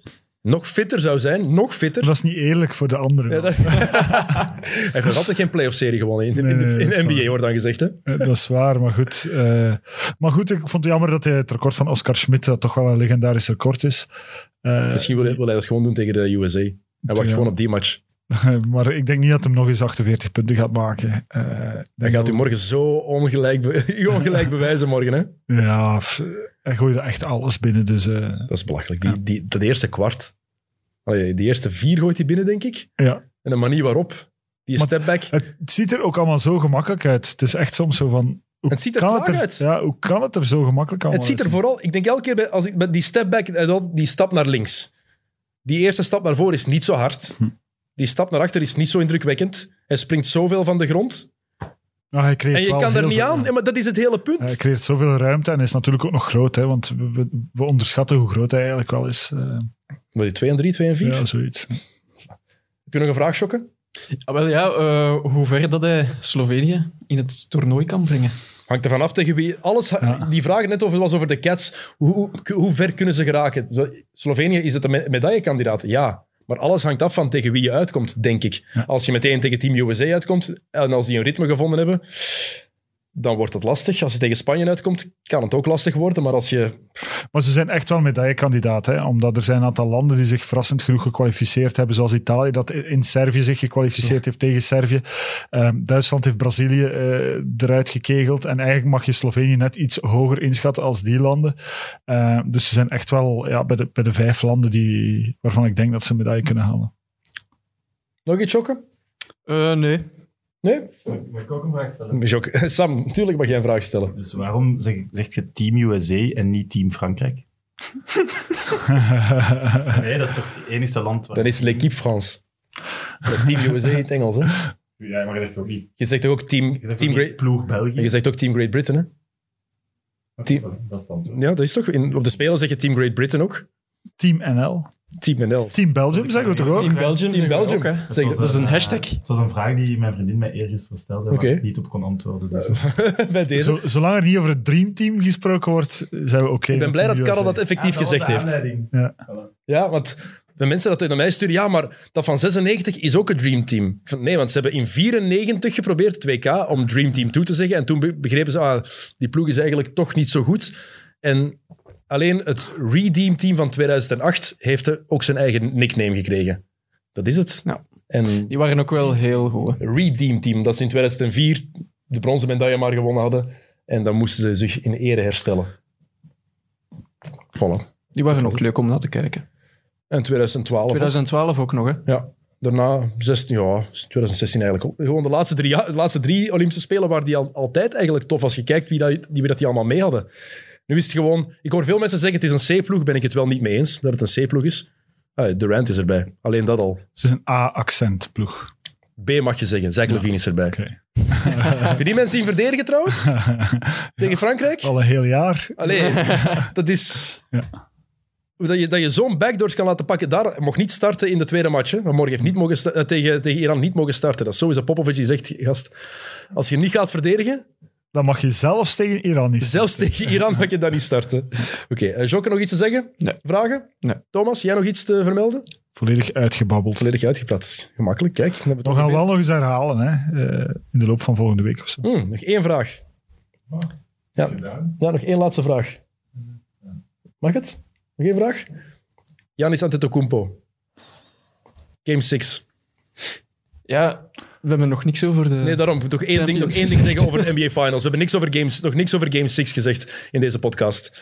nog fitter zou zijn. Nog fitter. Dat is niet eerlijk voor de anderen. Ja, Hij heeft nog altijd geen playoff-serie gewonnen in de NBA, wordt dan gezegd. Hè? Dat is waar, maar goed. Ik vond het jammer dat hij het record van Oscar Schmidt, dat toch wel een legendarisch record is. Misschien wil hij dat gewoon doen tegen de USA. Hij wacht gewoon op die match. Maar ik denk niet dat hij nog eens 48 punten gaat maken. Dan gaat u morgen zo ongelijk bewijzen morgen. Hè? Ja, hij gooide echt alles binnen. Dus, dat is belachelijk. Dat eerste kwart. Die eerste 4 gooit hij binnen, denk ik. Ja. En de manier waarop. Die stepback. Het ziet er ook allemaal zo gemakkelijk uit. Het is echt soms zo van... Het ziet er traag uit. Ja, hoe kan het er zo gemakkelijk allemaal Het ziet er vooral... Ik denk elke keer als ik met die stepback, die stap naar links. Die eerste stap naar voren is niet zo hard. Die stap naar achter is niet zo indrukwekkend. Hij springt zoveel van de grond. Hij en je kan er niet aan. Ja, maar dat is het hele punt. Hij creëert zoveel ruimte en is natuurlijk ook nog groot. Hè, want we onderschatten hoe groot hij eigenlijk wel is. Wat 2 en 3, 2 en 4? Ja, zoiets. Heb je nog een vraag, Sjokke? Hoe ver dat hij Slovenië in het toernooi kan brengen. Hangt ervan af tegen wie. Die vraag net was over de Cats. Hoe ver kunnen ze geraken? Slovenië is het een medaillekandidaat, ja. Maar alles hangt af van tegen wie je uitkomt, denk ik. Ja. Als je meteen tegen Team USA uitkomt en als die een ritme gevonden hebben, dan wordt het lastig. Als je tegen Spanje uitkomt, kan het ook lastig worden. Maar als je... Maar ze zijn echt wel medaillekandidaat, hè? Omdat er zijn een aantal landen die zich verrassend genoeg gekwalificeerd hebben, zoals Italië, dat in Servië zich gekwalificeerd heeft tegen Servië. Duitsland heeft Brazilië eruit gekegeld. En eigenlijk mag je Slovenië net iets hoger inschatten als die landen. Dus ze zijn echt wel bij de 5 landen waarvan ik denk dat ze een medaille kunnen halen. Nog iets, Jokke? Nee. Nee? Mag ik ook een vraag stellen? Sam, natuurlijk mag jij een vraag stellen. Dus waarom zegt je Team USA en niet Team Frankrijk? Nee, dat is toch het enige land waar... Dan is l'équipe France. Team USA in het Engels, hè? Ja, maar dat is ook niet... Je zegt toch ook Team Great... Ploeg België. Je zegt ook Team Great Britain, hè? Dat is dan... Ja, dat is toch... Op de Spelen zeg je Team Great Britain ook. Team NL. Team NL. Team Belgium zeggen we toch ook? Team Belgium. Dat is een hashtag. Het was een vraag die mijn vriendin mij eergisteren stelde, waar ik niet op kon antwoorden. Dus. Bij deze. Zolang er niet over het Dream Team gesproken wordt, zijn we oké. Ik ben blij dat Karel dat effectief gezegd heeft. Ja, want de mensen dat naar mij sturen, ja, maar dat van 96 is ook het Dream Team. Nee, want ze hebben in 94 geprobeerd, 2K, om Dream Team toe te zeggen. En toen begrepen ze, die ploeg is eigenlijk toch niet zo goed. En... Alleen het Redeem Team van 2008 heeft ook zijn eigen nickname gekregen. Dat is het. Ja. En die waren ook wel heel goed. Redeem Team, dat ze in 2004 de bronzen medaille maar gewonnen hadden. En dan moesten ze zich in ere herstellen. Voilà. Die waren ook leuk om naar te kijken. En 2012. 2012 ook nog, hè? Ja. Daarna, 2016 eigenlijk ook. Gewoon de laatste 3 Olympische Spelen waren die altijd eigenlijk tof. Als je kijkt wie die allemaal mee hadden. Nu is het gewoon... Ik hoor veel mensen zeggen, het is een C-ploeg. Ben ik het wel niet mee eens, dat het een C-ploeg is. Durant is erbij. Alleen dat al. Het is een A-accent ploeg. B mag je zeggen. Zach LaVine is erbij. Okay. Heb je die mensen zien verdedigen trouwens? Tegen Frankrijk? Al een heel jaar. Allee, dat is... Ja. Dat je zo'n backdoors kan laten pakken. Daar mocht niet starten in de tweede match. Hè. Maar morgen heeft niet mogen tegen Iran niet mogen starten. Dat is sowieso Popovic die zegt, gast, als je niet gaat verdedigen... Dan mag je zelfs tegen Iran niet starten. Zelfs tegen Iran mag je dat niet starten. Oké, Jokke, nog iets te zeggen? Nee. Vragen? Nee. Thomas, jij nog iets te vermelden? Volledig uitgebabbeld. Volledig uitgeprapt. Gemakkelijk, kijk. We gaan wel nog eens herhalen, hè, in de loop van volgende week of zo. Nog 1 vraag. Ja, nog 1 laatste vraag. Mag het? Nog 1 vraag? Giannis Antetokounmpo. Game 6. Ja... We hebben nog niks over de... Nee, daarom. Nog één ding zeggen over de NBA Finals. We hebben nog niks over Game 6 gezegd in deze podcast.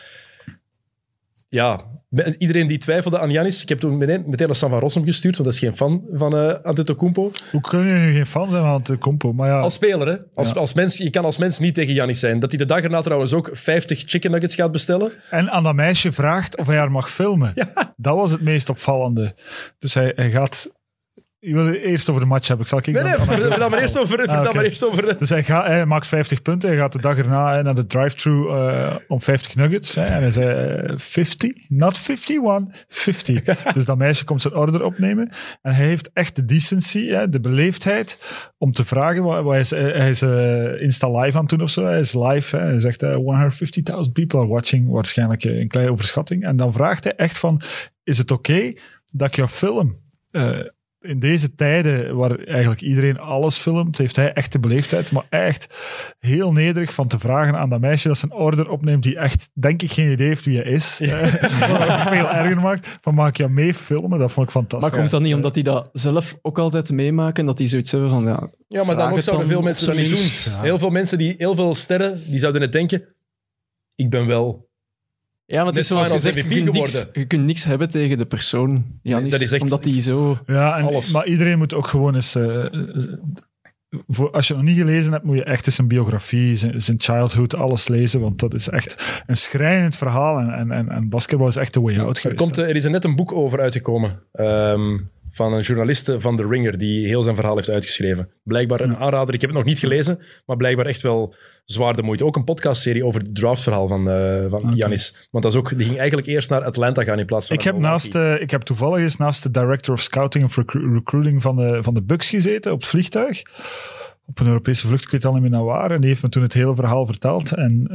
Ja, iedereen die twijfelde aan Giannis... Ik heb toen meteen naar Sam van Rossum gestuurd, want dat is geen fan van Antetokounmpo. Hoe kun je nu geen fan zijn van Antetokounmpo? Maar ja. Als speler, hè. Als mens, je kan als mens niet tegen Giannis zijn. Dat hij de dag erna trouwens ook 50 chicken nuggets gaat bestellen. En aan dat meisje vraagt of hij haar mag filmen. Ja. Dat was het meest opvallende. Dus hij gaat... Je wil het eerst over de match hebben. Vertel maar eerst over... Dus hij maakt 50 punten. Hij gaat de dag erna naar de drive-thru om 50 nuggets. En hij zei 50, not 51, 50. Dus dat meisje komt zijn order opnemen. En hij heeft echt de decency, de beleefdheid, om te vragen. Hij is Insta live aan het doen of zo. Hij is live. Hij zegt 150.000 people are watching. Waarschijnlijk een kleine overschatting. En dan vraagt hij echt van, is het oké film. In deze tijden waar eigenlijk iedereen alles filmt, heeft hij echt de beleefdheid, maar echt heel nederig van te vragen aan dat meisje dat zijn order opneemt, die echt, denk ik, geen idee heeft wie hij is. Wat het veel erger maakt. Van mag ik jou mee filmen? Dat vond ik fantastisch. Maar komt dat niet omdat die dat zelf ook altijd meemaken, dat die zoiets hebben van... Ja, maar dan ook zouden veel mensen dat niet doen. Ja. Heel veel mensen, heel veel sterren, die zouden net denken, ik ben wel... Ja, maar het is zoals gezegd, je kunt niks hebben tegen de persoon, Giannis, dat is echt, omdat die zo... Ja, maar iedereen moet ook gewoon eens... als je het nog niet gelezen hebt, moet je echt eens zijn biografie, zijn childhood, alles lezen, want dat is echt een schrijnend verhaal en basketbal is echt de way out geweest. Er is er net een boek over uitgekomen van een journaliste van The Ringer, die heel zijn verhaal heeft uitgeschreven. Blijkbaar een aanrader, ik heb het nog niet gelezen, maar blijkbaar echt wel zwaar de moeite. Ook een podcastserie over het draftverhaal van Giannis. Want dat is ook, die ging eigenlijk eerst naar Atlanta gaan in plaats van... Ik heb toevallig eens naast de director of scouting of recruiting van de Bucks gezeten op het vliegtuig. Op een Europese vlucht, ik weet al niet meer naar waar. En die heeft me toen het hele verhaal verteld.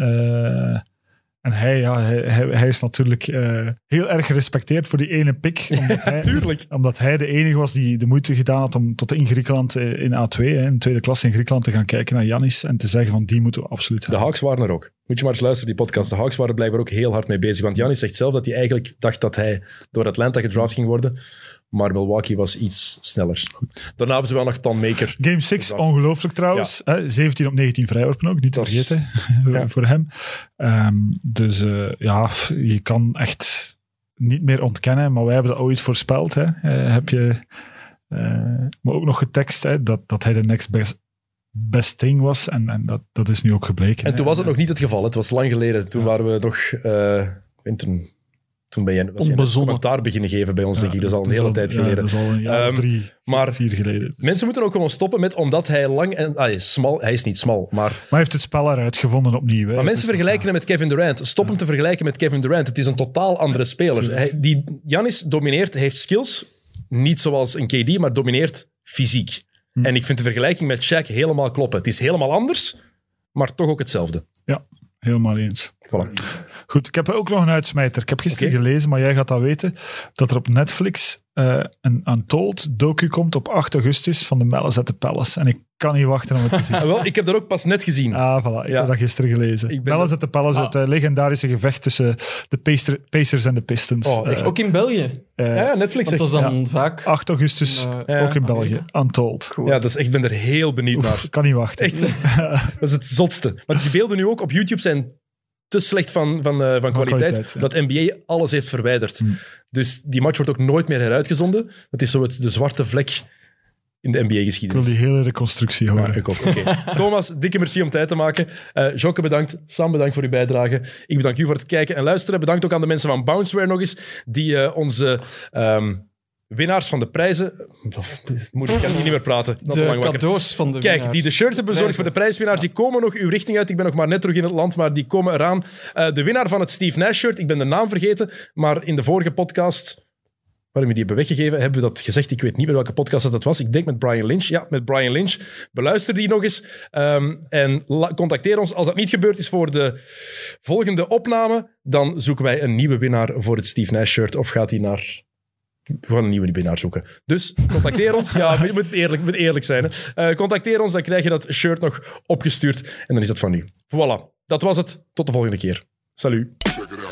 En hij is natuurlijk heel erg gerespecteerd voor die ene pick. Omdat hij de enige was die de moeite gedaan had om tot in Griekenland in A2, in tweede klas in Griekenland, te gaan kijken naar Giannis en te zeggen van die moeten we absoluut hebben. De Hawks waren er ook. Moet je maar eens luisteren, die podcast. De Hawks waren blijkbaar ook heel hard mee bezig. Want Giannis zegt zelf dat hij eigenlijk dacht dat hij door Atlanta gedraft ging worden. Maar Milwaukee was iets sneller. Goed. Daarna hebben ze wel nog Thon Maker. Game 6, ongelooflijk trouwens. Ja. 17 op 19 vrijworpen ook, niet te vergeten voor hem. Dus je kan echt niet meer ontkennen, maar wij hebben dat ooit voorspeld. Heb je maar ook nog getekst dat hij de next best thing was en dat is nu ook gebleken. En toen was het nog niet het geval. Het was lang geleden. Toen waren we nog... Toen was je een commentaar beginnen geven bij ons, denk ik. Dat is al een hele tijd geleden. Dat is al een jaar of 4 geleden. Dus. Mensen moeten ook gewoon stoppen met, omdat hij lang en... smal, hij is niet smal, maar... Maar hij heeft het spel eruit gevonden opnieuw. Hè. Maar mensen vergelijken hem met Kevin Durant. Stop hem te vergelijken met Kevin Durant. Het is een totaal andere speler. Giannis domineert, heeft skills. Niet zoals een KD, maar domineert fysiek. En ik vind de vergelijking met Shaq helemaal kloppen. Het is helemaal anders, maar toch ook hetzelfde. Ja. Helemaal eens. Voilà. Goed, ik heb ook nog een uitsmijter. Ik heb gisteren gelezen, maar jij gaat dat weten, dat er op Netflix een Untold docu komt op 8 augustus van de Malice at the Palace. En ik kan niet wachten om het te zien. Wel, ik heb dat ook pas net gezien. Voilà. Ik heb dat gisteren gelezen. Malice at the Palace, het legendarische gevecht tussen de Pacers en de Pistons. Echt? Ook in België? Ja, Netflix. Dat was dan vaak... 8 augustus, ook in België. Untold. Cool. Ja, dat is echt, ik ben er heel benieuwd naar. Ik kan niet wachten. Echt, dat is het zotste. Maar die beelden nu ook op YouTube zijn te slecht van kwaliteit, dat NBA alles heeft verwijderd. Dus die match wordt ook nooit meer heruitgezonden. Dat is zo de zwarte vlek in de NBA-geschiedenis. Ik wil die hele reconstructie horen. Ja, ik ook. Okay. Thomas, dikke merci om tijd te maken. Jocke, bedankt. Sam, bedankt voor uw bijdrage. Ik bedank u voor het kijken en luisteren. Bedankt ook aan de mensen van Bounceware nog eens, die onze... winnaars van de prijzen... Ik kan niet meer praten. De cadeaus van de winnaars. Kijk, die de shirts hebben bezorgd voor de prijswinnaars, die komen nog uw richting uit. Ik ben nog maar net terug in het land, maar die komen eraan. De winnaar van het Steve Nash shirt, ik ben de naam vergeten, maar in de vorige podcast, waarin we die hebben weggegeven, hebben we dat gezegd. Ik weet niet meer welke podcast dat was. Ik denk met Brian Lynch. Ja, met Brian Lynch. Beluister die nog eens. En contacteer ons. Als dat niet gebeurd is voor de volgende opname, dan zoeken wij een nieuwe winnaar voor het Steve Nash shirt. Of gaat hij naar... We gaan een nieuwe winnaar zoeken. Dus contacteer ons. Ja, je moet eerlijk zijn. Hè. Contacteer ons, dan krijg je dat shirt nog opgestuurd. En dan is dat van u. Voilà, dat was het. Tot de volgende keer. Salut.